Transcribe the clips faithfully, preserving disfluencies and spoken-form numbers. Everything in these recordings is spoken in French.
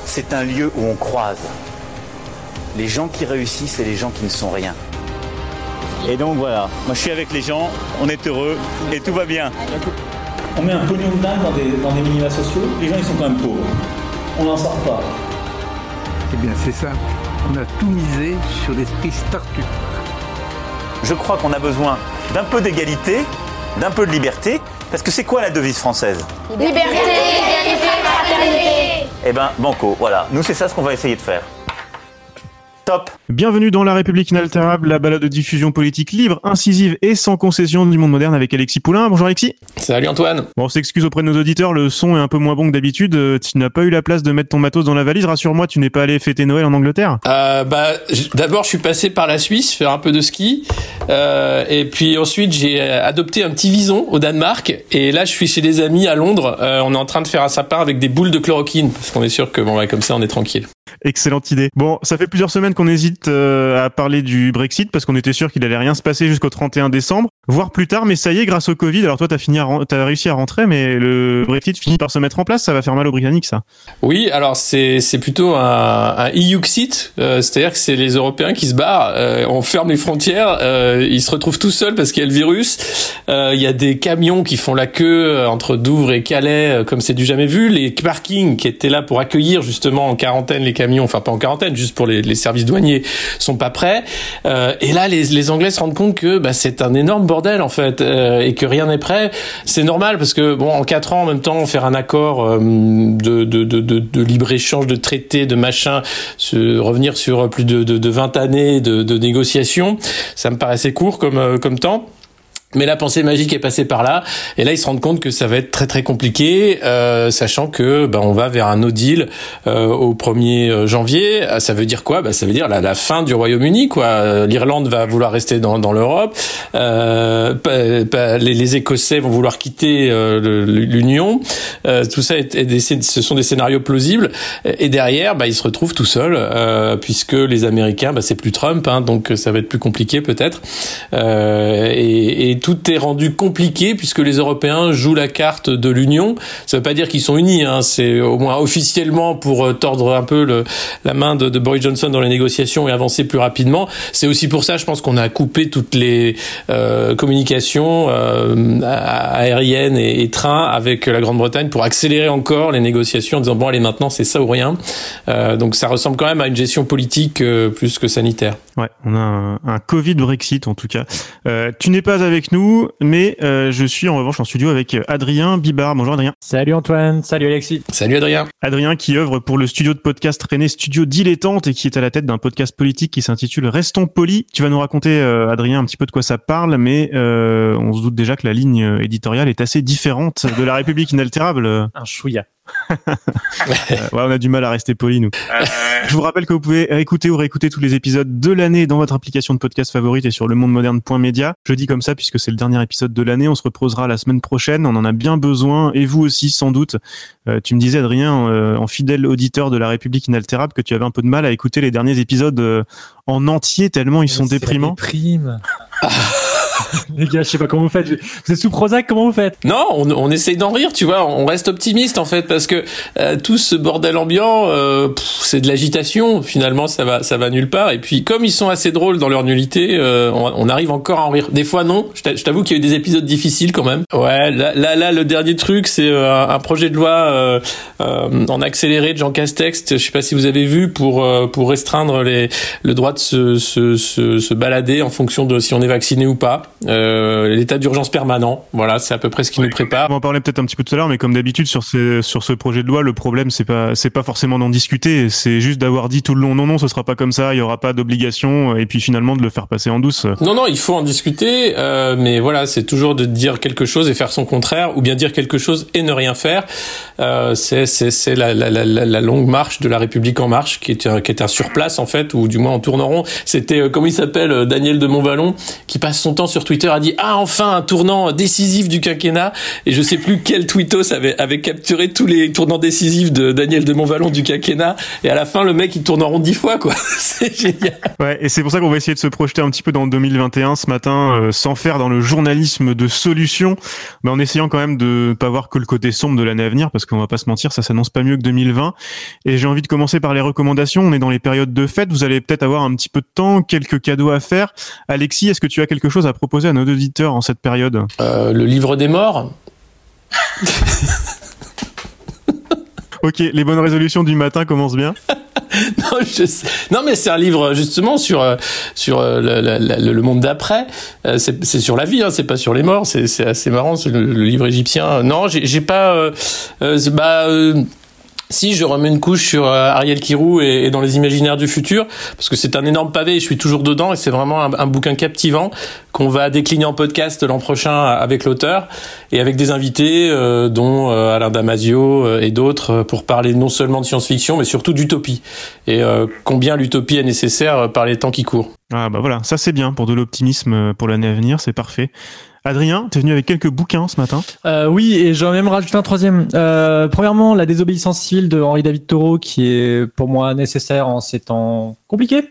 c'est un lieu où on croise les gens qui réussissent et les gens qui ne sont rien. Et donc voilà, moi je suis avec les gens, on est heureux et tout va bien. On met un pognon de dingue dans des, dans des minima sociaux, les gens ils sont quand même pauvres. On n'en sort pas. Eh bien c'est ça, on a tout misé sur l'esprit start-up. Je crois qu'on a besoin d'un peu d'égalité, d'un peu de liberté, parce que c'est quoi la devise française ? Liberté, égalité, fraternité. Eh ben banco, voilà, nous c'est ça ce qu'on va essayer de faire. Top. Bienvenue dans La République inaltérable, la balade de diffusion politique libre, incisive et sans concession du monde moderne avec Alexis Poulain. Bonjour Alexis. Salut Antoine. Bon, on s'excuse auprès de nos auditeurs, le son est un peu moins bon que d'habitude. Euh, tu n'as pas eu la place de mettre ton matos dans la valise. Rassure-moi, tu n'es pas allé fêter Noël en Angleterre ? euh, bah, j- D'abord, je suis passé par la Suisse, faire un peu de ski. Euh, et puis ensuite, j'ai adopté un petit vison au Danemark. Et là, je suis chez des amis à Londres. Euh, on est en train de faire un sapin avec des boules de chloroquine. Parce qu'on est sûr que bon, ouais, comme ça, on est tranquille. Excellente idée. Bon, ça fait plusieurs semaines qu'on hésite euh, à parler du Brexit parce qu'on était sûr qu'il allait rien se passer jusqu'au trente et un décembre, voire plus tard, mais ça y est, grâce au Covid, alors toi t'as fini à ren- t'as réussi à rentrer, mais le Brexit finit par se mettre en place, ça va faire mal aux Britanniques, ça. Oui, alors c'est c'est plutôt un, un E U-Xit, euh, c'est-à-dire que c'est les Européens qui se barrent, euh, on ferme les frontières, euh, ils se retrouvent tout seuls parce qu'il y a le virus, euh, il y a des camions qui font la queue entre Douvres et Calais, euh, comme c'est du jamais vu, les parkings qui étaient là pour accueillir justement en quarantaine les camions, enfin pas en quarantaine, juste pour les, les services douaniers, sont pas prêts. Euh, et là, les, les Anglais se rendent compte que bah, c'est un énorme bordel en fait, euh, et que rien n'est prêt. C'est normal parce que bon, en quatre ans, en même temps, faire un accord euh, de, de, de, de, de libre échange, de traité, de machin, se, revenir sur plus de, de, de vingt années de, de négociations, ça me paraissait court comme, euh, comme temps. Mais la pensée magique est passée par là, et là ils se rendent compte que ça va être très très compliqué, euh, sachant que ben on va vers un no deal euh, au premier janvier. Ça veut dire quoi ? Ben ça veut dire la, la fin du Royaume-Uni, quoi. L'Irlande va vouloir rester dans, dans l'Europe, euh, pas, pas, les, les Écossais vont vouloir quitter euh, l'Union. Euh, tout ça est, est des, ce sont des scénarios plausibles. Et derrière, ben ils se retrouvent tout seuls, euh, puisque les Américains, ben c'est plus Trump, hein, donc ça va être plus compliqué peut-être. Euh, et, et tout est rendu compliqué puisque les Européens jouent la carte de l'Union. Ça veut pas dire qu'ils sont unis, hein. C'est au moins officiellement pour tordre un peu le, la main de, de Boris Johnson dans les négociations et avancer plus rapidement. C'est aussi pour ça, je pense, qu'on a coupé toutes les euh, communications euh, aériennes et, et trains avec la Grande-Bretagne pour accélérer encore les négociations en disant bon allez maintenant c'est ça ou rien. Euh, donc ça ressemble quand même à une gestion politique euh, plus que sanitaire. Ouais, on a un, un Covid Brexit en tout cas. Euh, tu n'es pas avec nous, mais euh, je suis en revanche en studio avec Adrien Bibard. Bonjour Adrien. Salut Antoine, salut Alexis. Salut Adrien. Adrien qui œuvre pour le studio de podcast René Studio Dilettante et qui est à la tête d'un podcast politique qui s'intitule Restons Polis. Tu vas nous raconter, euh, Adrien, un petit peu de quoi ça parle, mais euh, on se doute déjà que la ligne éditoriale est assez différente de La République inaltérable. Un chouïa. euh, ouais, on a du mal à rester poli, nous. Euh... Je vous rappelle que vous pouvez écouter ou réécouter tous les épisodes de l'année dans votre application de podcast favorite et sur le monde moderne point media. Je dis comme ça puisque c'est le dernier épisode de l'année. On se reposera la semaine prochaine. On en a bien besoin et vous aussi, sans doute. Euh, tu me disais, Adrien, euh, en fidèle auditeur de La République inaltérable, que tu avais un peu de mal à écouter les derniers épisodes euh, en entier tellement ils sont c'est déprimants. Déprime. Les gars, je sais pas comment vous faites. Vous êtes sous Prozac, comment vous faites ? Non, on, on essaye d'en rire, tu vois. On reste optimiste en fait parce que euh, tout ce bordel ambiant, euh, pff, c'est de l'agitation. Finalement, ça va, ça va nulle part. Et puis, comme ils sont assez drôles dans leur nullité, euh, on, on arrive encore à en rire. Des fois, non. Je t'avoue qu'il y a eu des épisodes difficiles quand même. Ouais, là, là, là le dernier truc, c'est euh, un projet de loi euh, euh, en accéléré de Jean Castex. Je sais pas si vous avez vu pour euh, pour restreindre les le droit de se se se, se balader en fonction de si on est vacciné ou pas. Euh, l'état d'urgence permanent, voilà, c'est à peu près ce qui ouais. nous prépare. On va en parler peut-être un petit peu tout à l'heure, mais comme d'habitude sur ces, sur ce projet de loi, le problème c'est pas c'est pas forcément d'en discuter, c'est juste d'avoir dit tout le long non non, ce sera pas comme ça, il y aura pas d'obligation, et puis finalement de le faire passer en douce. Non non, il faut en discuter, euh, mais voilà, c'est toujours de dire quelque chose et faire son contraire, ou bien dire quelque chose et ne rien faire. Euh, c'est c'est c'est la la la la longue marche de la République en marche, qui est un, qui est un surplace en fait, ou du moins en tourne en rond. C'était euh, comment il s'appelle, Daniel de Montvalon, qui passe son temps sur Twitter a dit ah enfin un tournant décisif du quinquennat, et je sais plus quel tweetos avait avait capturé tous les tournants décisifs de Daniel de Montvalon du quinquennat, et à la fin le mec il tourne en rond dix fois quoi. C'est génial. Ouais, et c'est pour ça qu'on va essayer de se projeter un petit peu dans deux mille vingt et un ce matin, euh, sans faire dans le journalisme de solution, mais en essayant quand même de pas voir que le côté sombre de l'année à venir, parce qu'on va pas se mentir, ça s'annonce pas mieux que deux mille vingt. Et j'ai envie de commencer par les recommandations. On est dans les périodes de fête, vous allez peut-être avoir un petit peu de temps, quelques cadeaux à faire. Alexis, est-ce que tu as quelque chose à proposer à nos auditeurs en cette période ? Euh, le livre des morts. Ok, les bonnes résolutions du matin commencent bien. non, je sais. non, mais c'est un livre justement sur sur le, le, le monde d'après. C'est, c'est sur la vie, hein, c'est pas sur les morts. C'est, c'est assez marrant, c'est le, le livre égyptien. Non, j'ai, j'ai pas. Euh, euh, bah. Euh, Si, je remets une couche sur euh, Ariel Kirou et, et dans les imaginaires du futur, parce que c'est un énorme pavé et je suis toujours dedans, et c'est vraiment un, un bouquin captivant qu'on va décliner en podcast l'an prochain avec l'auteur et avec des invités euh, dont euh, Alain Damasio euh, et d'autres euh, pour parler non seulement de science-fiction mais surtout d'utopie, et euh, combien l'utopie est nécessaire par les temps qui courent. Ah bah voilà, ça c'est bien pour de l'optimisme pour l'année à venir, c'est parfait. Adrien, t'es venu avec quelques bouquins ce matin. Euh, oui, et j'en ai même rajouté un troisième. Euh, premièrement, La désobéissance civile de Henri David Thoreau, qui est pour moi nécessaire en ces temps compliqués.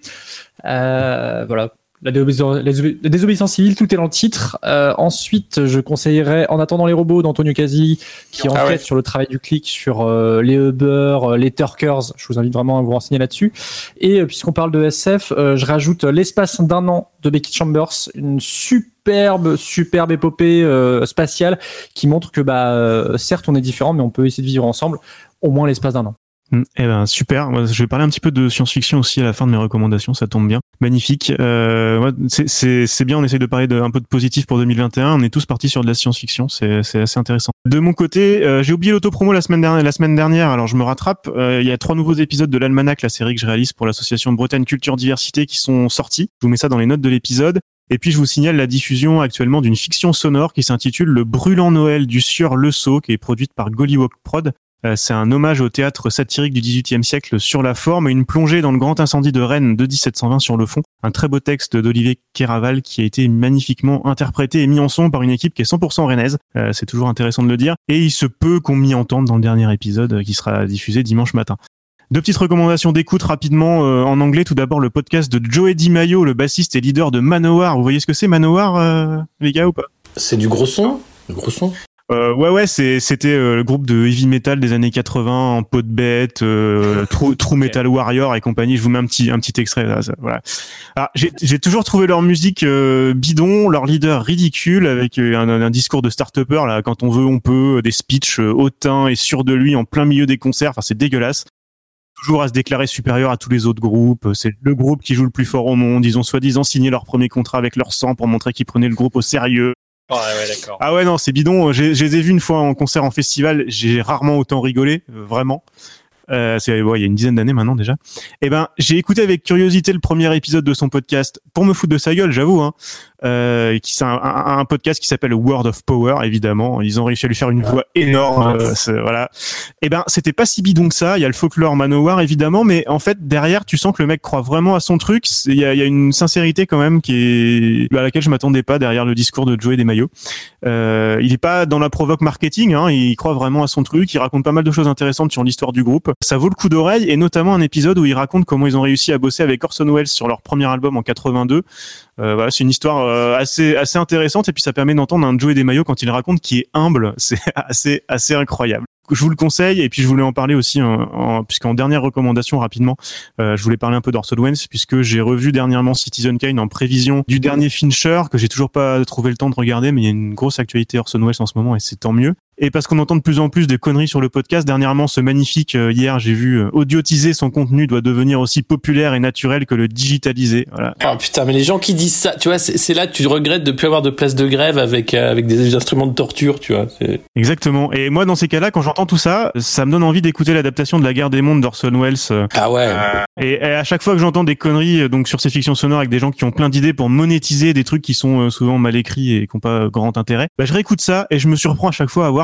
Euh, voilà. La, désobé- la désobéissance civile, tout est dans le titre. Euh, ensuite, je conseillerais En attendant les robots d'Antonio Casi, qui ah enquête ouais. sur le travail du clic, sur euh, les Uber, euh, les Turkers. Je vous invite vraiment à vous renseigner là-dessus. Et euh, puisqu'on parle de S F, euh, je rajoute L'espace d'un an de Becky Chambers, une superbe, superbe épopée euh, spatiale qui montre que, bah, euh, certes, on est différents, mais on peut essayer de vivre ensemble, au moins l'espace d'un an. Eh ben super. Moi, je vais parler un petit peu de science-fiction aussi à la fin de mes recommandations. Ça tombe bien. Magnifique. Euh, c'est, c'est, c'est bien. On essaye de parler de, un peu de positif pour deux mille vingt et un. On est tous partis sur de la science-fiction. C'est, c'est assez intéressant. De mon côté, euh, j'ai oublié l'autopromo la semaine dernière. La semaine dernière. Alors je me rattrape. Euh, il y a trois nouveaux épisodes de l'Almanach, la série que je réalise pour l'association Bretagne Culture Diversité, qui sont sortis. Je vous mets ça dans les notes de l'épisode. Et puis je vous signale la diffusion actuellement d'une fiction sonore qui s'intitule Le Brûlant Noël du Sieur Le Sceau, qui est produite par Gollywog Prod. Euh, c'est un hommage au théâtre satirique du dix-huitième siècle sur la forme et une plongée dans le grand incendie de Rennes de dix-sept cent vingt sur le fond. Un très beau texte d'Olivier Kéraval qui a été magnifiquement interprété et mis en son par une équipe qui est cent pour cent rennaise. Euh, c'est toujours intéressant de le dire. Et il se peut qu'on m'y entende dans le dernier épisode euh, qui sera diffusé dimanche matin. Deux petites recommandations d'écoute rapidement euh, en anglais. Tout d'abord, le podcast de Joey DiMaio, le bassiste et leader de Manowar. Vous voyez ce que c'est Manowar, euh, les gars, ou pas ? C'est du gros son ? Du gros son ? Euh, ouais ouais c'est c'était euh, le groupe de heavy metal des années quatre-vingts en peau de bête, euh, True, True Metal Warrior et compagnie. Je vous mets un petit un petit extrait là, ça, voilà. Alors j'ai j'ai toujours trouvé leur musique euh, bidon, leur leader ridicule avec euh, un, un discours de start-upper là, quand on veut on peut, des speeches euh, hautains et sûrs de lui en plein milieu des concerts. Enfin c'est dégueulasse. Toujours à se déclarer supérieur à tous les autres groupes. C'est le groupe qui joue le plus fort au monde. Ils ont soi-disant signé leur premier contrat avec leur sang pour montrer qu'ils prenaient le groupe au sérieux. Ouais, ouais, d'accord. Ah ouais, non, c'est bidon. Je les ai vus une fois en concert en festival. J'ai rarement autant rigolé, euh, vraiment. Euh, c'est ouais, il y a une dizaine d'années maintenant déjà. Eh ben, j'ai écouté avec curiosité le premier épisode de son podcast pour me foutre de sa gueule, j'avoue. Hein. Euh, qui c'est un, un, un podcast qui s'appelle Word of Power, évidemment. Ils ont réussi à lui faire une voix énorme. Euh, c'est, voilà. Eh ben, c'était pas si bidon que ça. Il y a le folklore Manowar, évidemment, mais en fait, derrière, tu sens que le mec croit vraiment à son truc. Il y a, il y a une sincérité quand même qui est à laquelle je m'attendais pas derrière le discours de Joey DiMaio. Euh, il est pas dans la provoque marketing. Hein, il croit vraiment à son truc. Il raconte pas mal de choses intéressantes sur l'histoire du groupe. Ça vaut le coup d'oreille, et notamment un épisode où il raconte comment ils ont réussi à bosser avec Orson Welles sur leur premier album en quatre-vingt-deux. Euh, voilà, c'est une histoire euh, assez assez intéressante, et puis ça permet d'entendre un Joey DiMaio quand il raconte qui est humble. C'est assez assez incroyable. Je vous le conseille, et puis je voulais en parler aussi en, en, puisqu'en dernière recommandation rapidement, euh, je voulais parler un peu d'Orson Welles puisque j'ai revu dernièrement Citizen Kane en prévision du dernier Fincher que j'ai toujours pas trouvé le temps de regarder, mais il y a une grosse actualité Orson Welles en ce moment et c'est tant mieux. Et parce qu'on entend de plus en plus des conneries sur le podcast, dernièrement ce magnifique, euh, hier j'ai vu euh, audiotiser son contenu doit devenir aussi populaire et naturel que le digitaliser. Voilà. Oh putain, mais les gens qui disent ça, tu vois, c'est, c'est là que tu regrettes de plus avoir de place de grève avec euh, avec des instruments de torture, tu vois. C'est... Exactement. Et moi dans ces cas-là, quand j'entends tout ça, ça me donne envie d'écouter l'adaptation de La Guerre des mondes d'Orson Welles. Euh, ah ouais. Et, et à chaque fois que j'entends des conneries donc sur ces fictions sonores avec des gens qui ont plein d'idées pour monétiser des trucs qui sont euh, souvent mal écrits et qui n'ont pas grand intérêt, bah je réécoute ça et je me surprends à chaque fois à voir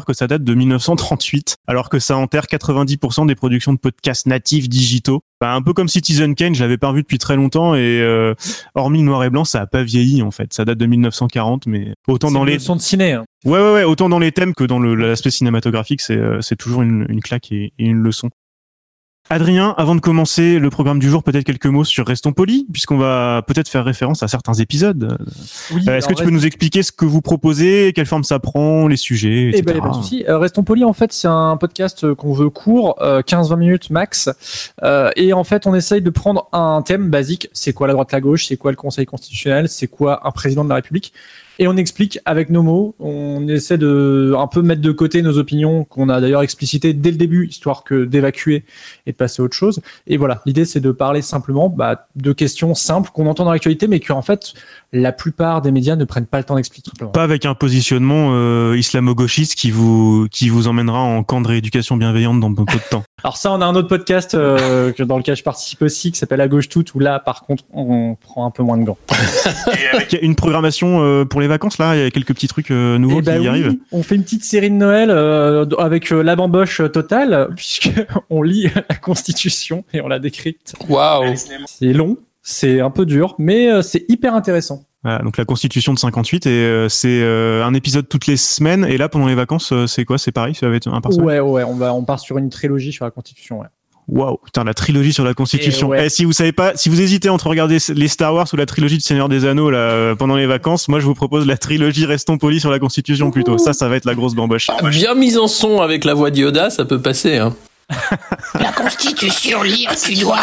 savoir que ça date de mille neuf cent trente-huit, alors que ça enterre quatre-vingt-dix pour cent des productions de podcasts natifs digitaux. Enfin, un peu comme Citizen Kane, je l'avais pas revu depuis très longtemps et euh, hormis le noir et blanc, ça a pas vieilli en fait. Ça date de mille neuf cent quarante, mais autant C'est dans une les leçon de ciné. Hein. ouais ouais ouais, autant dans les thèmes que dans le, l'aspect cinématographique, c'est euh, c'est toujours une, une claque et, et une leçon. Adrien, avant de commencer le programme du jour, peut-être quelques mots sur Restons Polis, puisqu'on va peut-être faire référence à certains épisodes. Oui, euh, est-ce que tu reste... peux nous expliquer ce que vous proposez, quelle forme ça prend, les sujets, et cetera. Eh ben, y a pas de souci. Euh, Restons Polis, en fait, c'est un podcast qu'on veut court, euh, quinze vingt minutes max. Euh, et en fait, on essaye de prendre un thème basique. C'est quoi la droite, la gauche? C'est quoi le Conseil constitutionnel? C'est quoi un président de la République? Et on explique avec nos mots, on essaie de un peu mettre de côté nos opinions qu'on a d'ailleurs explicitées dès le début, histoire que d'évacuer et de passer à autre chose. Et voilà, l'idée c'est de parler simplement bah, de questions simples qu'on entend dans l'actualité, mais qu'en fait la plupart des médias ne prennent pas le temps d'expliquer. Pas avec un positionnement euh, islamo-gauchiste qui vous qui vous emmènera en camp de rééducation bienveillante dans peu de temps. Alors ça, on a un autre podcast euh, que dans lequel je participe aussi, qui s'appelle À gauche toute, où là, par contre, on prend un peu moins de gants. Et avec une programmation euh, pour les vacances, là, il y a quelques petits trucs euh, nouveaux et qui bah y oui, arrivent. On fait une petite série de Noël euh, avec euh, la bamboche totale, puisqu'on lit la Constitution et on la décrypte. Waouh. C'est long, c'est un peu dur, mais euh, c'est hyper intéressant. Voilà, donc la Constitution de cinquante-huit et euh, c'est euh, un épisode toutes les semaines et là pendant les vacances euh, c'est quoi, c'est pareil, ça va être un par semaine. Ouais ouais, on va on part sur une trilogie sur la Constitution. Ouais. Waouh, putain la trilogie sur la Constitution. Et ouais. Eh, si vous savez pas, si vous hésitez entre regarder les Star Wars ou la trilogie du Seigneur des Anneaux là euh, pendant les vacances, moi je vous propose la trilogie Restons Polis sur la Constitution plutôt. Ça, ça va être la grosse bamboche. Bien mise en son avec la voix d'Yoda, ça peut passer. Hein. La Constitution, lire, tu dois.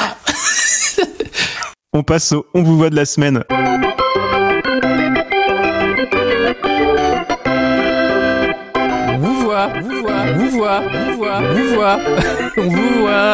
On passe au On vous voit de la semaine. Vous voit, vous voit, vous voit, vous voit, vous voit, on vous voit.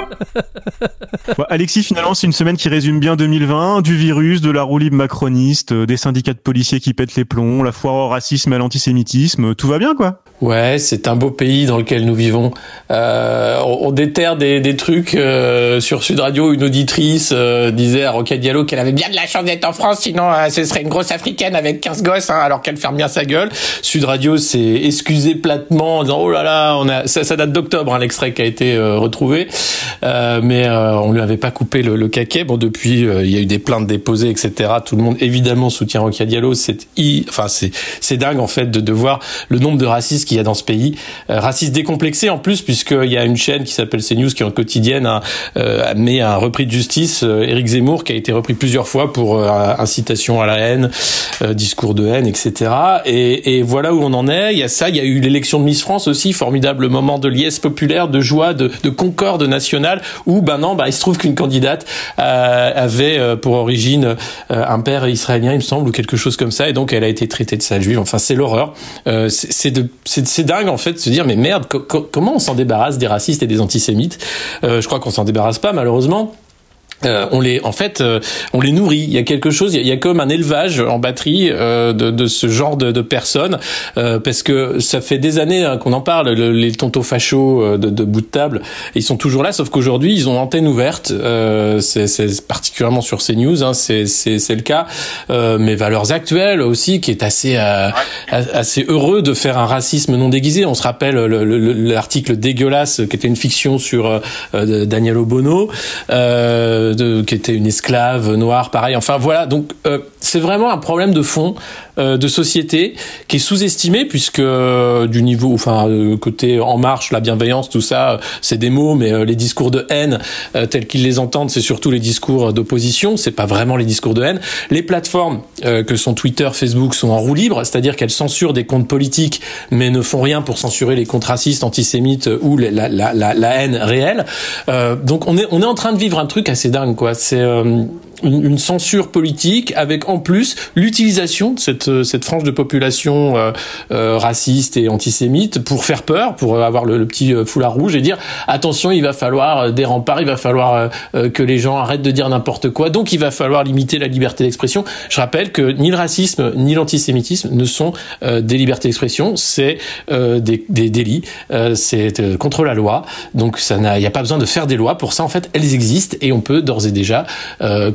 Bon, Alexis, finalement, c'est une semaine qui résume bien deux mille vingt, du virus, de la roue libre macroniste, des syndicats de policiers qui pètent les plombs, la foire au racisme et à l'antisémitisme, tout va bien, quoi. Ouais, c'est un beau pays dans lequel nous vivons. Euh, on, on déterre des, des trucs euh, sur Sud Radio. Une auditrice euh, disait à Roca Diallo qu'elle avait bien de la chance d'être en France, sinon euh, ce serait une grosse africaine avec quinze gosses, hein, alors qu'elle ferme bien sa gueule. Sud Radio s'est excusé platement en disant oh là là, on a ça, ça date d'octobre, hein, l'extrait qui a été euh, retrouvé, euh, mais euh, on lui avait pas coupé le, le caquet. Bon, depuis euh, il y a eu des plaintes déposées, et cetera. Tout le monde évidemment soutient Roca Diallo. C'est, i... enfin c'est c'est dingue en fait de, de voir le nombre de racistes qu'il y a dans ce pays, euh, racistes décomplexés en plus, puisqu'il y a une chaîne qui s'appelle CNews qui en quotidienne a, euh, a mis un repris de justice, euh, Éric Zemmour, qui a été repris plusieurs fois pour euh, incitation à la haine, euh, discours de haine, et cetera. Et, et voilà où on en est. Il y a ça, il y a eu l'élection de Miss France aussi, formidable moment de liesse populaire, de joie, de, de concorde nationale, où ben non, ben il se trouve qu'une candidate euh, avait euh, pour origine euh, un père israélien, il me semble, ou quelque chose comme ça, et donc elle a été traitée de sale juive. Enfin, c'est l'horreur. Euh, c'est, c'est de, c'est, c'est dingue en fait de se dire mais merde, co- co- comment on s'en débarrasse des racistes et des antisémites? euh, Je crois qu'on s'en débarrasse pas malheureusement. Euh, on les, en fait, euh, on les nourrit. Il y a quelque chose, il y a, il y a comme un élevage en batterie euh, de, de ce genre de, de personnes, euh, parce que ça fait des années hein, qu'on en parle. Le, les tontos fachos de, de bout de table, ils sont toujours là, sauf qu'aujourd'hui ils ont antenne ouverte. Euh, c'est, c'est particulièrement sur CNews, hein, c'est, c'est, c'est le cas. Euh, mais Valeurs Actuelles aussi, qui est assez, euh, assez heureux de faire un racisme non déguisé. On se rappelle le, le, l'article dégueulasse qui était une fiction sur euh, Daniel Obono. Euh, De, qui était une esclave noire, pareil. Enfin voilà, donc euh, c'est vraiment un problème de fond, euh, de société, qui est sous-estimé puisque euh, du niveau, enfin euh, côté En Marche, la bienveillance, tout ça, euh, c'est des mots, mais euh, les discours de haine euh, tels qu'ils les entendent, c'est surtout les discours d'opposition. C'est pas vraiment les discours de haine. Les plateformes euh, que sont Twitter, Facebook sont en roue libre, c'est-à-dire qu'elles censurent des comptes politiques, mais ne font rien pour censurer les comptes racistes, antisémites ou la, la, la, la haine réelle. Euh, donc on est on est en train de vivre un truc assez dingue, quoi. C'est euh, une, une censure politique avec en plus l'utilisation de cette cette frange de population euh, euh, raciste et antisémite pour faire peur, pour avoir le, le petit foulard rouge et dire attention, il va falloir des remparts, il va falloir euh, que les gens arrêtent de dire n'importe quoi, donc il va falloir limiter la liberté d'expression. Je rappelle que ni le racisme ni l'antisémitisme ne sont euh, des libertés d'expression, c'est euh, des, des délits, euh, c'est euh, contre la loi. Donc ça n'a, il n'y a pas besoin de faire des lois pour ça. En fait, elles existent et on peut d'ores et déjà euh,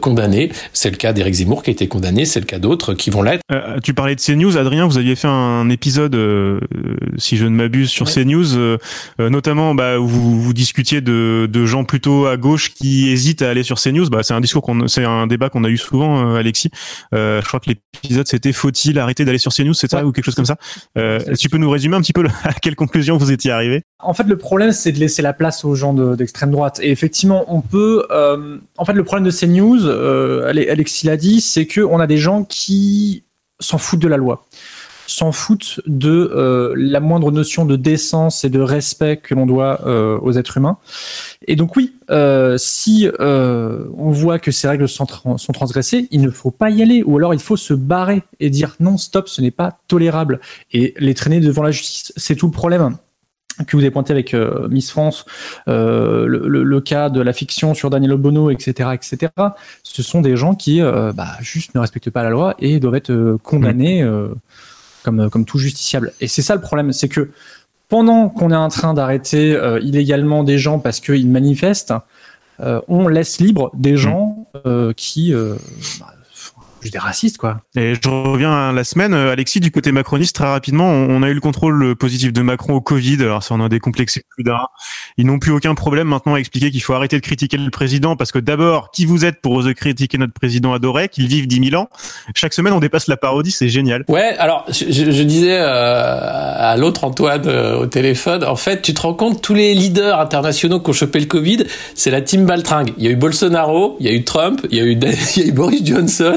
condamnés. C'est le cas d'Éric Zemmour qui a été condamné, c'est le cas d'autres qui vont l'être. Euh, tu parlais de CNews, Adrien, vous aviez fait un épisode, euh, si je ne m'abuse, sur ouais. CNews, euh, notamment bah, où vous, vous discutiez de, de gens plutôt à gauche qui hésitent à aller sur CNews. Bah, c'est un discours qu'on, c'est un débat qu'on a eu souvent, euh, Alexis. Euh, je crois que l'épisode c'était faut-il arrêter d'aller sur CNews, c'est ça, ouais. ou quelque chose comme ça. Euh, tu peux nous résumer un petit peu le, à quelle conclusion vous étiez arrivé? En fait, le problème, c'est de laisser la place aux gens de, d'extrême droite. Et effectivement, on peut. Euh, en fait, le problème de CNews, euh, Alexis l'a dit, c'est que on a des gens qui s'en foutent de la loi, s'en foutent de euh, la moindre notion de décence et de respect que l'on doit euh, aux êtres humains. Et donc oui, euh, si euh, on voit que ces règles sont, tra- sont transgressées, il ne faut pas y aller, ou alors il faut se barrer et dire non, stop, ce n'est pas tolérable, et les traîner devant la justice. C'est tout le problème que vous avez pointé avec euh, Miss France, euh, le, le, le cas de la fiction sur Daniel Obono, et cetera, et cetera. Ce sont des gens qui euh, bah, juste ne respectent pas la loi et doivent être euh, condamnés euh, comme, comme tout justiciable. Et c'est ça le problème, c'est que pendant qu'on est en train d'arrêter euh, illégalement des gens parce qu'ils manifestent, euh, on laisse libre des gens euh, qui... Euh, bah, juste des racistes, quoi. Et je reviens à la semaine, Alexis, du côté macroniste, très rapidement, on a eu le contrôle positif de Macron au Covid, alors ça en a décomplexé plus d'un. Ils n'ont plus aucun problème maintenant à expliquer qu'il faut arrêter de critiquer le président, parce que d'abord, qui vous êtes pour oser critiquer notre président adoré, qu'il vive dix mille ans? Chaque semaine, on dépasse la parodie, c'est génial. Ouais, alors, je, je disais euh, à l'autre Antoine euh, au téléphone, en fait, tu te rends compte, tous les leaders internationaux qui ont chopé le Covid, c'est la team baltringue. Il y a eu Bolsonaro, il y a eu Trump, il y a eu, il y a eu Boris Johnson,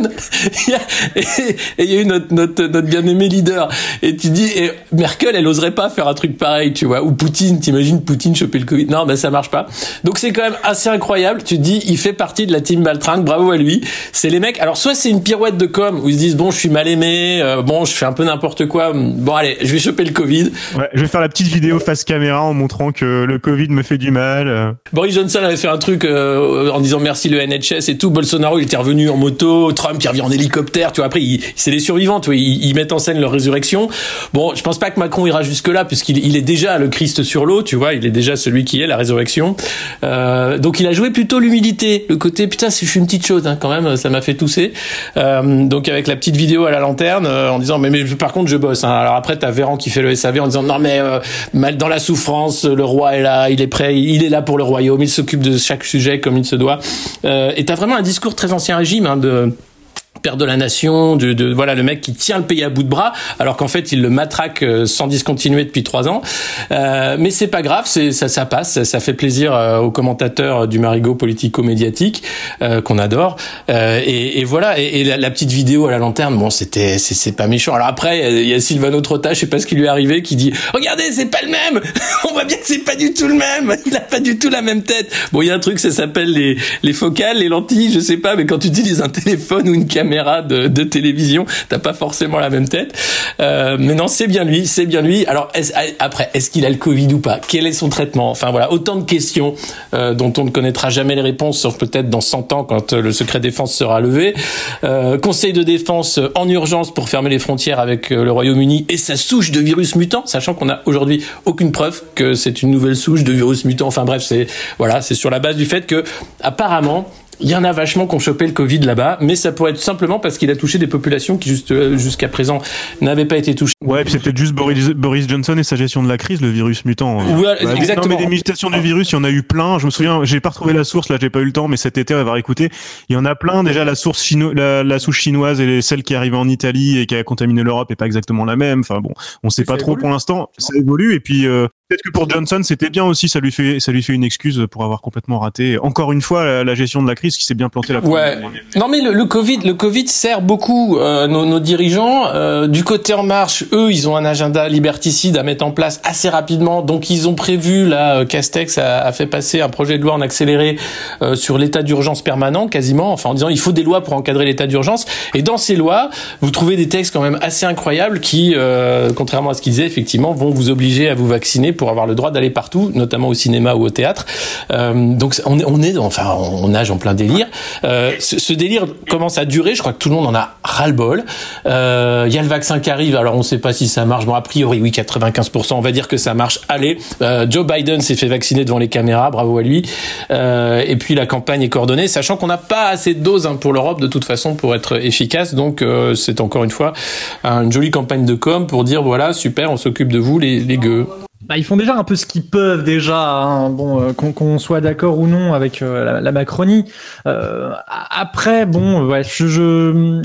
et il y a eu notre, notre, notre bien-aimé leader. Et tu dis, et Merkel, elle oserait pas faire un truc pareil, tu vois. Ou Poutine, t'imagines Poutine choper le Covid. Non, ben ça marche pas. Donc c'est quand même assez incroyable. Tu te dis, il fait partie de la team baltringue, bravo à lui. C'est les mecs, alors soit c'est une pirouette de com, où ils se disent, bon, je suis mal aimé, euh, bon, je fais un peu n'importe quoi, bon, allez, je vais choper le Covid. Ouais, je vais faire la petite vidéo face caméra en montrant que le Covid me fait du mal. Boris Johnson avait fait un truc euh, en disant merci le N H S et tout. Bolsonaro, il était revenu en moto. Trump, il revient en hélicoptère, tu vois. Après, il, c'est les survivants, tu vois. Ils, ils mettent en scène leur résurrection. Bon, je pense pas que Macron ira jusque là, puisqu'il il est déjà le Christ sur l'eau, tu vois. Il est déjà celui qui est la résurrection. Euh, donc, il a joué plutôt l'humilité, le côté putain, si je suis une petite chose, hein, quand même, ça m'a fait tousser. Euh, donc, avec la petite vidéo à la lanterne, euh, en disant mais, mais par contre, je bosse. Hein. Alors après, t'as Véran qui fait le S A V en disant non mais euh, mal dans la souffrance, le roi est là, il est prêt, il est là pour le royaume, il s'occupe de chaque sujet comme il se doit. Euh, et t'as vraiment un discours très ancien régime, hein, de père de la nation, de, de voilà le mec qui tient le pays à bout de bras, alors qu'en fait il le matraque sans discontinuer depuis trois ans. Euh, mais c'est pas grave, c'est ça, ça passe, ça, ça fait plaisir euh, aux commentateurs du marigot politico-médiatique euh, qu'on adore. Euh, et, et voilà, et, et la, la petite vidéo à la lanterne, bon, c'était, c'est, c'est pas méchant. Alors après, il y a Silvano Trotta, je sais pas ce qui lui est arrivé, qui dit regardez, c'est pas le même. On voit bien que c'est pas du tout le même. Il a pas du tout la même tête. Bon, il y a un truc, ça s'appelle les les focales, les lentilles, je sais pas, mais quand tu utilises un téléphone ou une caméra De, de télévision, t'as pas forcément la même tête. Euh, mais non, c'est bien lui, c'est bien lui. Alors est-ce, après, est-ce qu'il a le Covid ou pas? Quel est son traitement? Enfin voilà, autant de questions euh, dont on ne connaîtra jamais les réponses, sauf peut-être dans cent ans quand euh, le secret défense sera levé. Euh, conseil de défense en urgence pour fermer les frontières avec euh, le Royaume-Uni et sa souche de virus mutant, sachant qu'on a aujourd'hui aucune preuve que c'est une nouvelle souche de virus mutant. Enfin bref, c'est voilà, c'est sur la base du fait que apparemment il y en a vachement qui ont chopé le Covid là-bas, mais ça pourrait être simplement parce qu'il a touché des populations qui juste, euh, jusqu'à présent n'avaient pas été touchées. Ouais, puis c'est peut-être juste Boris, Boris Johnson et sa gestion de la crise, le virus mutant. Ouais, ouais, exactement. Non, mais des mutations du virus, il y en a eu plein. Je me souviens, j'ai pas retrouvé la source, là, j'ai pas eu le temps, mais cet été, on va avoir écouté. Il y en a plein. Déjà, la source chino, la, la souche chinoise et celle qui est arrivée en Italie et qui a contaminé l'Europe est pas exactement la même. Enfin bon, on sait pas trop évolue. Pour l'instant. Ça évolue. Et puis, euh, peut-être que pour Johnson, c'était bien aussi. Ça lui fait, ça lui fait une excuse pour avoir complètement raté. Encore une fois, la, la gestion de la crise qui s'est bien plantée la Ouais. Non mais le, le Covid, le Covid sert beaucoup euh, nos, nos dirigeants. Euh, du côté En Marche, eux, ils ont un agenda liberticide à mettre en place assez rapidement. Donc ils ont prévu, là, Castex a, a fait passer un projet de loi en accéléré euh, sur l'état d'urgence permanent, quasiment. Enfin en disant il faut des lois pour encadrer l'état d'urgence. Et dans ces lois, vous trouvez des textes quand même assez incroyables qui, euh, contrairement à ce qu'ils disaient, effectivement, vont vous obliger à vous vacciner pour pour avoir le droit d'aller partout, notamment au cinéma ou au théâtre. Euh, donc on est, on est, enfin, on nage en plein délire. Euh, ce, ce délire commence à durer. Je crois que tout le monde en a ras-le-bol. Il euh, y a le vaccin qui arrive. Alors on ne sait pas si ça marche. Bon, a priori, oui, quatre-vingt-quinze pour cent. On va dire que ça marche. Allez, euh, Joe Biden s'est fait vacciner devant les caméras. Bravo à lui. Euh, et puis la campagne est coordonnée, sachant qu'on n'a pas assez de doses hein, pour l'Europe de toute façon pour être efficace. Donc euh, c'est encore une fois une jolie campagne de com pour dire voilà, super, on s'occupe de vous les, les gueux. Bah, ils font déjà un peu ce qu'ils peuvent déjà, hein. Bon, euh, qu'on, qu'on soit d'accord ou non avec euh, la, la Macronie. Euh, après, bon, ouais, je, je,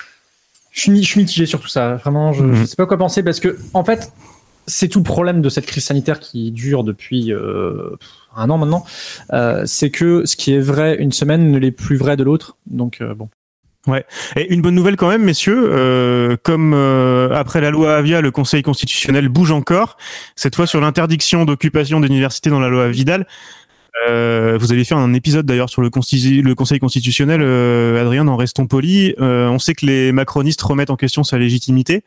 je suis, je suis mitigé sur tout ça. Vraiment, je, je sais pas quoi penser parce que, en fait, c'est tout le problème de cette crise sanitaire qui dure depuis euh, un an maintenant. Euh, c'est que ce qui est vrai une semaine ne l'est plus vrai de l'autre. Donc, euh, bon. Ouais. Et une bonne nouvelle quand même, messieurs, euh, comme euh, après la loi Avia, le Conseil constitutionnel bouge encore, cette fois sur l'interdiction d'occupation d'université dans la loi Vidal. Euh, vous avez fait un épisode d'ailleurs sur le, consti- le Conseil constitutionnel, euh, Adrien, en restons polis. Euh, on sait que les macronistes remettent en question sa légitimité.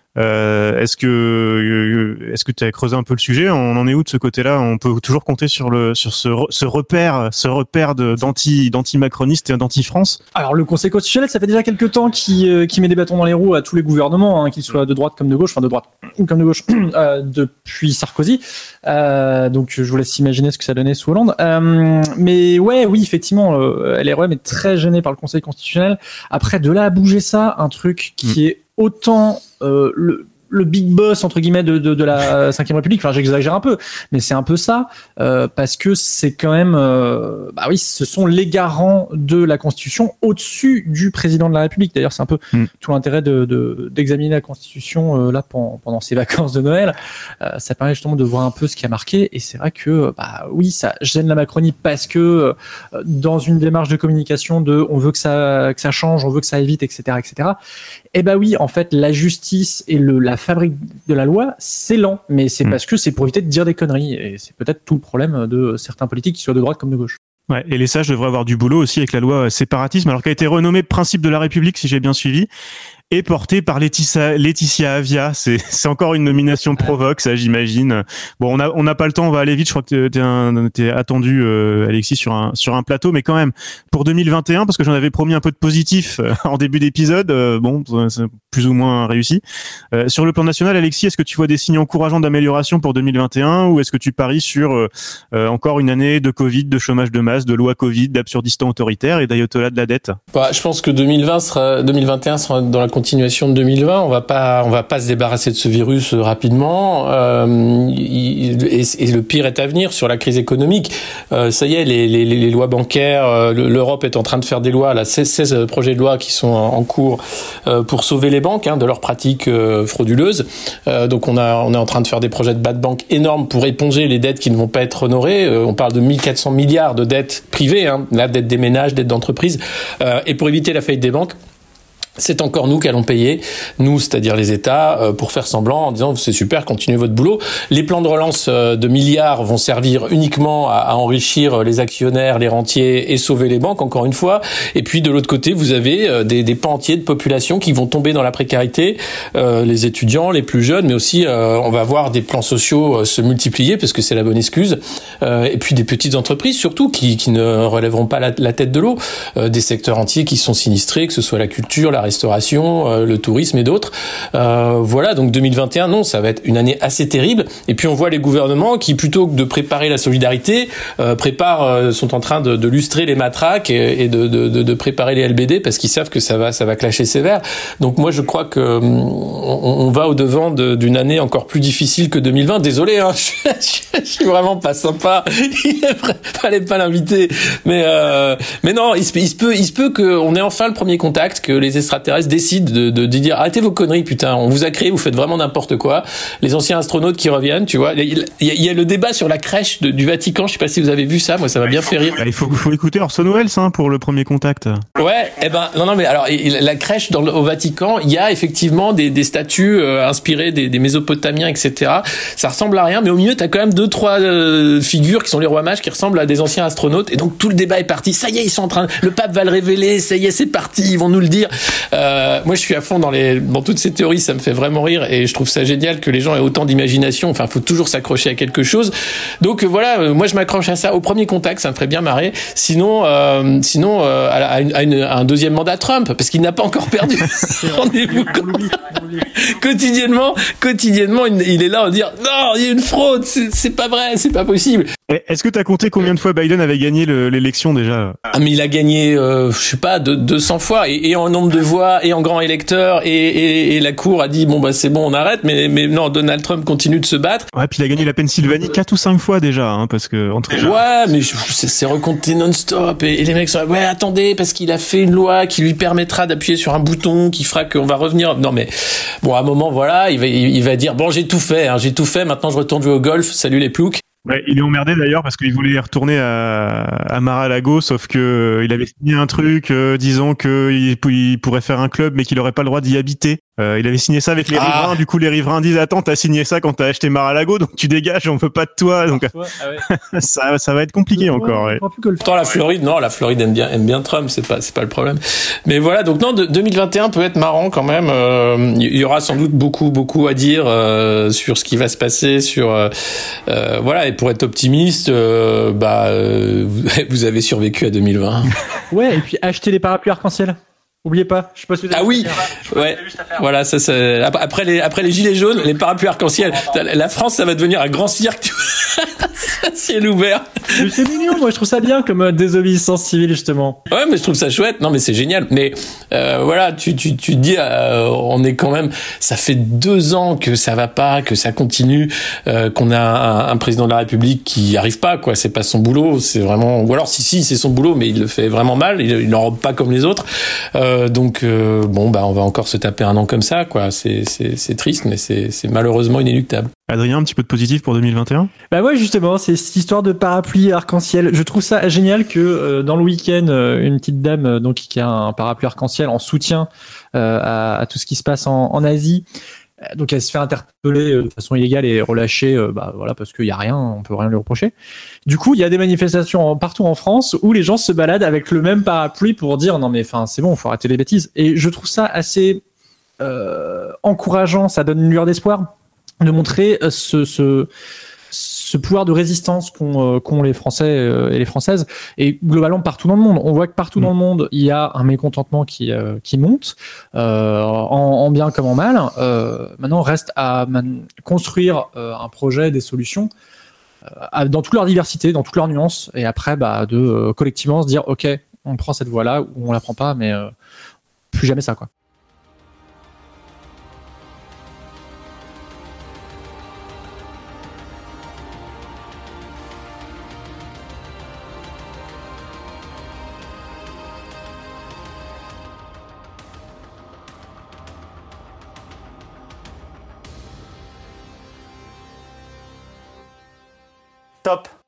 Euh, est-ce que euh, est-ce que tu as creusé un peu le sujet? On en est où de ce côté-là? On peut toujours compter sur le sur ce, re, ce repère ce repère de, d'anti d'anti-macronistes et d'anti-France? Alors le Conseil constitutionnel, ça fait déjà quelques temps qu'il euh, qu'il met des bâtons dans les roues à tous les gouvernements, hein, qu'ils soient de droite comme de gauche, enfin de droite ou comme de gauche euh, depuis Sarkozy. Euh, donc je vous laisse imaginer ce que ça donnait sous Hollande. Euh, mais ouais, oui, effectivement, euh, L R E M est très gêné par le Conseil constitutionnel. Après, de là à bouger ça, un truc qui mmh. est autant euh, le, le big boss entre guillemets de, de, de la cinquième République, enfin j'exagère un peu, mais c'est un peu ça, euh, parce que c'est quand même, euh, bah oui, ce sont les garants de la Constitution au-dessus du président de la République. D'ailleurs, c'est un peu mm. tout l'intérêt de, de, d'examiner la Constitution euh, là pendant, pendant ces vacances de Noël. Euh, ça permet justement de voir un peu ce qui a marqué, et c'est vrai que, bah oui, ça gêne la Macronie parce que euh, dans une démarche de communication de, on veut que ça, que ça change, on veut que ça évite, et cetera, et cetera. Eh ben oui, en fait, la justice et le, la fabrique de la loi, c'est lent, mais c'est mmh. parce que c'est pour éviter de dire des conneries. Et c'est peut-être tout le problème de certains politiques, qui soient de droite comme de gauche. Ouais, et les sages devraient avoir du boulot aussi avec la loi séparatisme, alors qu'elle a été renommée principe de la République, si j'ai bien suivi, et portée par Laetitia, Laetitia Avia. C'est, c'est encore une nomination provoque, ça, j'imagine. Bon, on a, on n'a pas le temps, on va aller vite. Je crois que t'es, un, t'es attendu, euh, Alexis, sur un, sur un plateau, mais quand même, pour deux mille vingt et un, parce que j'en avais promis un peu de positif euh, en début d'épisode, euh, bon, c'est plus ou moins réussi. Euh, sur le plan national, Alexis, est-ce que tu vois des signes encourageants d'amélioration pour deux mille vingt et un, ou est-ce que tu paries sur euh, euh, encore une année de Covid, de chômage de masse, de loi Covid, d'absurdistan autoritaire et d'ayatollah de la dette? Bah, je pense que deux mille vingt sera, deux mille vingt et un sera dans la continuation de deux mille vingt. On va pas, on va pas se débarrasser de ce virus rapidement. Euh, et, et le pire est à venir sur la crise économique. Euh, ça y est, les, les, les lois bancaires, l'Europe est en train de faire des lois, là, seize, seize projets de loi qui sont en cours euh, pour sauver les banques hein, de leurs pratiques euh, frauduleuses. Euh, donc on a, on est en train de faire des projets de bad bank énormes pour éponger les dettes qui ne vont pas être honorées. Euh, on parle de mille quatre cents milliards de dettes privées, hein, la dette des ménages, dette d'entreprise, euh, et pour éviter la faillite des banques. C'est encore nous qui allons payer, nous, c'est-à-dire les États, euh, pour faire semblant en disant c'est super, continuez votre boulot. Les plans de relance euh, de milliards vont servir uniquement à, à enrichir les actionnaires, les rentiers et sauver les banques, encore une fois. Et puis de l'autre côté, vous avez euh, des, des pans entiers de population qui vont tomber dans la précarité, euh, les étudiants, les plus jeunes, mais aussi euh, on va voir des plans sociaux euh, se multiplier parce que c'est la bonne excuse. Euh, et puis des petites entreprises surtout qui, qui ne relèveront pas la, la tête de l'eau, euh, des secteurs entiers qui sont sinistrés, que ce soit la culture, la restauration, euh, le tourisme et d'autres. Euh, voilà, donc deux mille vingt et un, non, ça va être une année assez terrible. Et puis on voit les gouvernements qui, plutôt que de préparer la solidarité, euh, préparent, euh, sont en train de, de lustrer les matraques et, et de, de, de préparer les L B D parce qu'ils savent que ça va, ça va clasher sévère. Donc moi je crois que euh, on, on va au devant de, d'une année encore plus difficile que deux mille vingt. Désolé, hein, je, je, je suis vraiment pas sympa. Il fallait pas l'inviter, mais euh, mais non, il se, il se peut, il se peut qu'on ait enfin le premier contact, que les extraterrestres décident de, de, de dire arrêtez vos conneries, putain, on vous a créé, vous faites vraiment n'importe quoi. Les anciens astronautes qui reviennent, tu vois. Il y a, il y a le débat sur la crèche de, du Vatican, je sais pas si vous avez vu ça, moi ça m'a bien fait rire. Il faut, faut écouter Orson Welles hein, pour le premier contact. Ouais, eh ben non non mais alors la crèche dans le, au Vatican, il y a effectivement des, des statues euh, inspirées des, des Mésopotamiens, et cetera. Ça ressemble à rien, mais au milieu t'as quand même deux trois euh, figures qui sont les rois mages qui ressemblent à des anciens astronautes, et donc tout le débat est parti. Ça y est, ils sont en train, le pape va le révéler. Ça y est, c'est parti, ils vont nous le dire. Euh, moi, je suis à fond dans les, dans toutes ces théories, ça me fait vraiment rire et je trouve ça génial que les gens aient autant d'imagination. Enfin, faut toujours s'accrocher à quelque chose. Donc euh, voilà, euh, moi je m'accroche à ça au premier contact, ça me ferait bien marrer. Sinon, euh, sinon euh, à, à, une, à, une, à un deuxième mandat Trump, parce qu'il n'a pas encore perdu. Rendez-vous quotidiennement, quotidiennement, il est là à dire non, il y a une fraude, c'est, c'est pas vrai, c'est pas possible. Est-ce que t'as compté combien de fois Biden avait gagné le, l'élection déjà? Ah mais il a gagné, euh, je sais pas, de, deux cents fois et, et en nombre de voix et en grand électeur et, et, et la cour a dit bon bah c'est bon on arrête, mais mais non, Donald Trump continue de se battre. Ouais, puis il a gagné la Pennsylvanie quatre ou cinq fois déjà, hein, parce que entre ouais, mais je, c'est, c'est recompté non-stop et, et les mecs sont là, ouais attendez parce qu'il a fait une loi qui lui permettra d'appuyer sur un bouton qui fera qu'on va revenir. Non mais bon à un moment voilà, il va il, il va dire bon j'ai tout fait, hein, j'ai tout fait, maintenant je retourne jouer au golf. Salut les ploucs. Ouais, il est emmerdé d'ailleurs parce qu'il voulait retourner à, à Mar-a-Lago, sauf que euh, il avait signé un truc euh, disant que il, il pourrait faire un club mais qu'il aurait pas le droit d'y habiter. Euh, il avait signé ça avec les ah. riverains, du coup les riverains disent attends t'as signé ça quand t'as acheté Mar-a-Lago donc tu dégages, on veut pas de toi donc ah ouais. ça ça va être compliqué le encore. Ouais. Pourtant la Floride non la Floride aime bien aime bien Trump, c'est pas c'est pas le problème. Mais voilà donc non de, deux mille vingt et un peut être marrant quand même. Il euh, y aura sans doute beaucoup beaucoup à dire euh, sur ce qui va se passer sur euh, euh, voilà et pour être optimiste euh, bah euh, vous avez survécu à deux mille vingt. Ouais et puis acheter les parapluies arc-en-ciel. Oubliez pas, je sais pas si vous avez ah oui, ouais. Voilà, ça, ça, après les, après les gilets jaunes, les parapluies arc-en-ciel, la France, ça va devenir un grand cirque, ciel ouvert. Mais c'est mignon, moi, je trouve ça bien comme désobéissance civile, justement. Ouais, mais je trouve ça chouette. Non, mais c'est génial. Mais, euh, voilà, tu, tu, tu te dis, euh, on est quand même, ça fait deux ans que ça va pas, que ça continue, euh, qu'on a un, un président de la République qui arrive pas, quoi. C'est pas son boulot, c'est vraiment, ou alors si, si, c'est son boulot, mais il le fait vraiment mal, il, il n'enrobe pas comme les autres. Euh, donc euh, bon bah on va encore se taper un an comme ça quoi, c'est c'est c'est triste mais c'est c'est malheureusement inéluctable. Adrien, un petit peu de positif pour deux mille vingt et un? Bah ouais justement, c'est cette histoire de parapluie arc-en-ciel. Je trouve ça génial que euh, dans le week-end euh, une petite dame euh, donc qui a un parapluie arc-en-ciel en soutien euh, à, à tout ce qui se passe en, en Asie. Donc elle se fait interpeller euh, de façon illégale et relâchée, euh, bah voilà parce qu'il y a rien, on peut rien lui reprocher. Du coup, il y a des manifestations en, partout en France où les gens se baladent avec le même parapluie pour dire non mais enfin c'est bon, faut arrêter les bêtises. Et je trouve ça assez euh, encourageant, ça donne une lueur d'espoir de montrer euh, ce, ce ce pouvoir de résistance qu'ont, euh, qu'ont les Français euh, et les Françaises, et globalement partout dans le monde. On voit que partout mmh. dans le monde, il y a un mécontentement qui euh, qui monte, euh, en, en bien comme en mal. Euh, maintenant, reste à man- construire euh, un projet, des solutions, euh, dans toute leur diversité, dans toutes leurs nuances, et après, bah, de euh, collectivement se dire, ok, on prend cette voie-là ou on la prend pas, mais euh, plus jamais ça, quoi. Top.